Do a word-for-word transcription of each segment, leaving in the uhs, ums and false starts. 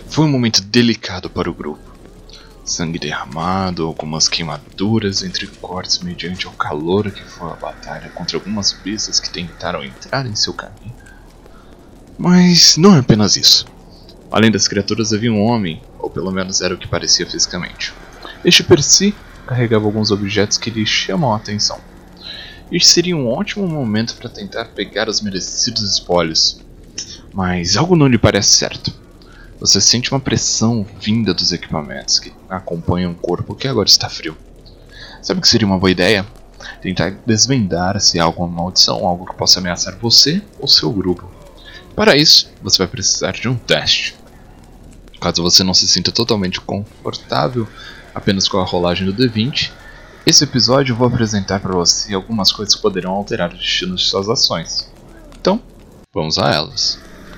Foi um momento delicado para o grupo. Sangue derramado, algumas queimaduras entre cortes mediante o calor que foi a batalha contra algumas bestas que tentaram entrar em seu caminho. Mas não é apenas isso. Além das criaturas havia um homem, ou pelo menos era o que parecia fisicamente. Este per si carregava alguns objetos que lhe chamam a atenção. Este seria um ótimo momento para tentar pegar os merecidos espólios. Mas algo não lhe parece certo. Você sente uma pressão vinda dos equipamentos que acompanham o corpo que agora está frio. Sabe o que seria uma boa ideia? Tentar desvendar se há alguma maldição, algo que possa ameaçar você ou seu grupo. Para isso, você vai precisar de um teste. Caso você não se sinta totalmente confortável apenas com a rolagem do D vinte, esse episódio eu vou apresentar para você algumas coisas que poderão alterar o destino de suas ações. Então, vamos a elas.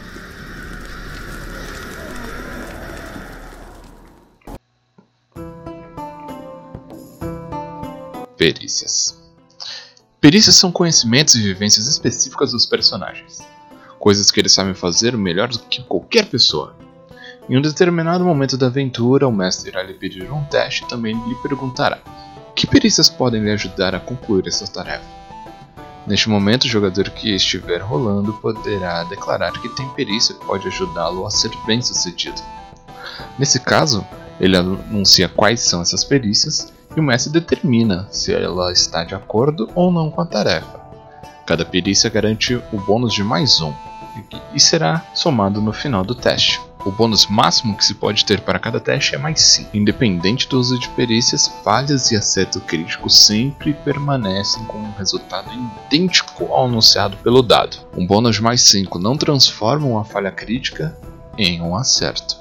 Perícias. Perícias são conhecimentos e vivências específicas dos personagens. Coisas que eles sabem fazer melhor do que qualquer pessoa. Em um determinado momento da aventura, o mestre irá lhe pedir um teste e também lhe perguntará: que perícias podem lhe ajudar a concluir essa tarefa? Neste momento, o jogador que estiver rolando poderá declarar que tem perícia que pode ajudá-lo a ser bem sucedido. Nesse caso, ele anuncia quais são essas perícias e o mestre determina se ela está de acordo ou não com a tarefa. Cada perícia garante o bônus de mais um e será somado no final do teste. O bônus máximo que se pode ter para cada teste é mais cinco. Independente do uso de perícias, falhas e acerto crítico sempre permanecem com um resultado idêntico ao anunciado pelo dado. Um bônus de mais cinco não transforma uma falha crítica em um acerto.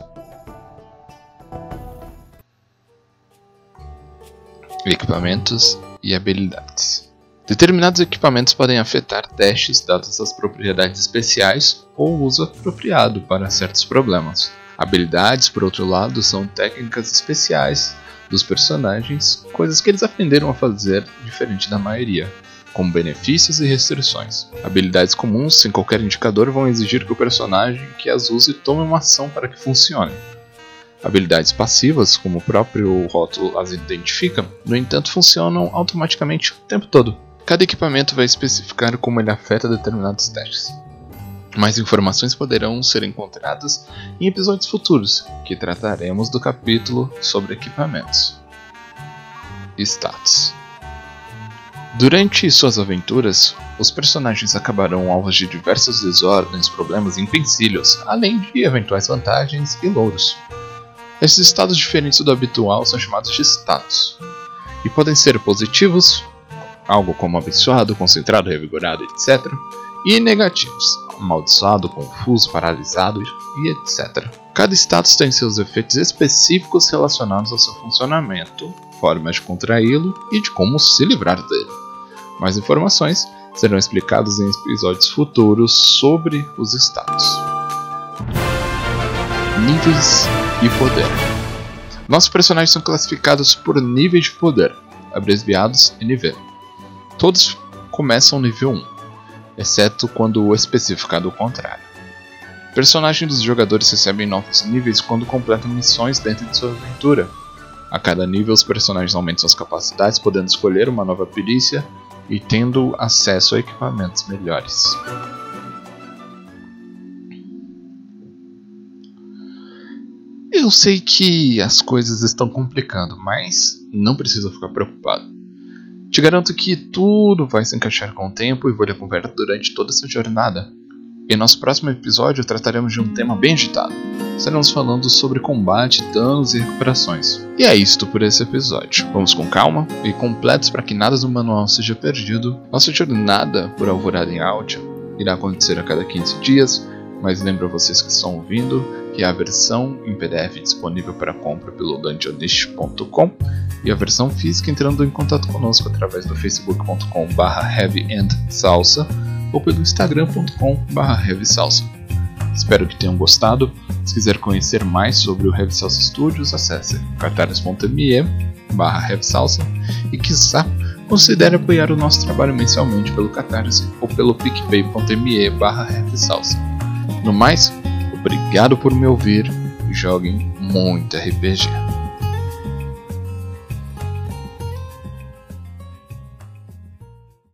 Equipamentos e habilidades. Determinados equipamentos podem afetar testes dadas as propriedades especiais ou o uso apropriado para certos problemas. Habilidades, por outro lado, são técnicas especiais dos personagens, coisas que eles aprenderam a fazer diferente da maioria, como benefícios e restrições. Habilidades comuns, sem qualquer indicador, vão exigir que o personagem que as use tome uma ação para que funcione. Habilidades passivas, como o próprio rótulo as identifica, no entanto funcionam automaticamente o tempo todo. Cada equipamento vai especificar como ele afeta determinados testes. Mais informações poderão ser encontradas em episódios futuros, que trataremos do capítulo sobre equipamentos. Status. Durante suas aventuras, os personagens acabarão alvos de diversas desordens, problemas e empecilhos, além de eventuais vantagens e louros. Esses estados diferentes do habitual são chamados de status, e podem ser positivos, algo como abençoado, concentrado, revigorado, etcétera, e negativos, amaldiçoado, confuso, paralisado e etcétera. Cada status tem seus efeitos específicos relacionados ao seu funcionamento, formas de contraí-lo e de como se livrar dele. Mais informações serão explicadas em episódios futuros sobre os status. Níveis e poder. Nossos personagens são classificados por níveis de poder, abreviados N V. Todos começam nível um, exceto quando especificado o contrário. Personagens dos jogadores recebem novos níveis quando completam missões dentro de sua aventura. A cada nível, os personagens aumentam suas capacidades, podendo escolher uma nova perícia e tendo acesso a equipamentos melhores. Eu sei que as coisas estão complicando, mas não precisa ficar preocupado. Te garanto que tudo vai se encaixar com o tempo e vou lhe acompanhar durante toda essa jornada. Em nosso próximo episódio trataremos de um tema bem agitado. Estaremos falando sobre combate, danos e recuperações. E é isto por esse episódio. Vamos com calma e completos para que nada do manual seja perdido. Nossa jornada por Alvorada em áudio irá acontecer a cada quinze dias, mas lembro a vocês que estão ouvindo que há a versão em P D F disponível para compra pelo dungeonist ponto com e a versão física entrando em contato conosco através do facebook ponto com barra heavy and salsa ou pelo instagram ponto com barra heavy salsa. Espero que tenham gostado. Se quiser conhecer mais sobre o Heavy Salsa Studios, acesse catarse ponto me barra heavy salsa e quiçá considere apoiar o nosso trabalho mensalmente pelo Catarse ou pelo picpay ponto me barra heavy salsa. No mais, obrigado por me ouvir joguem muito R P G.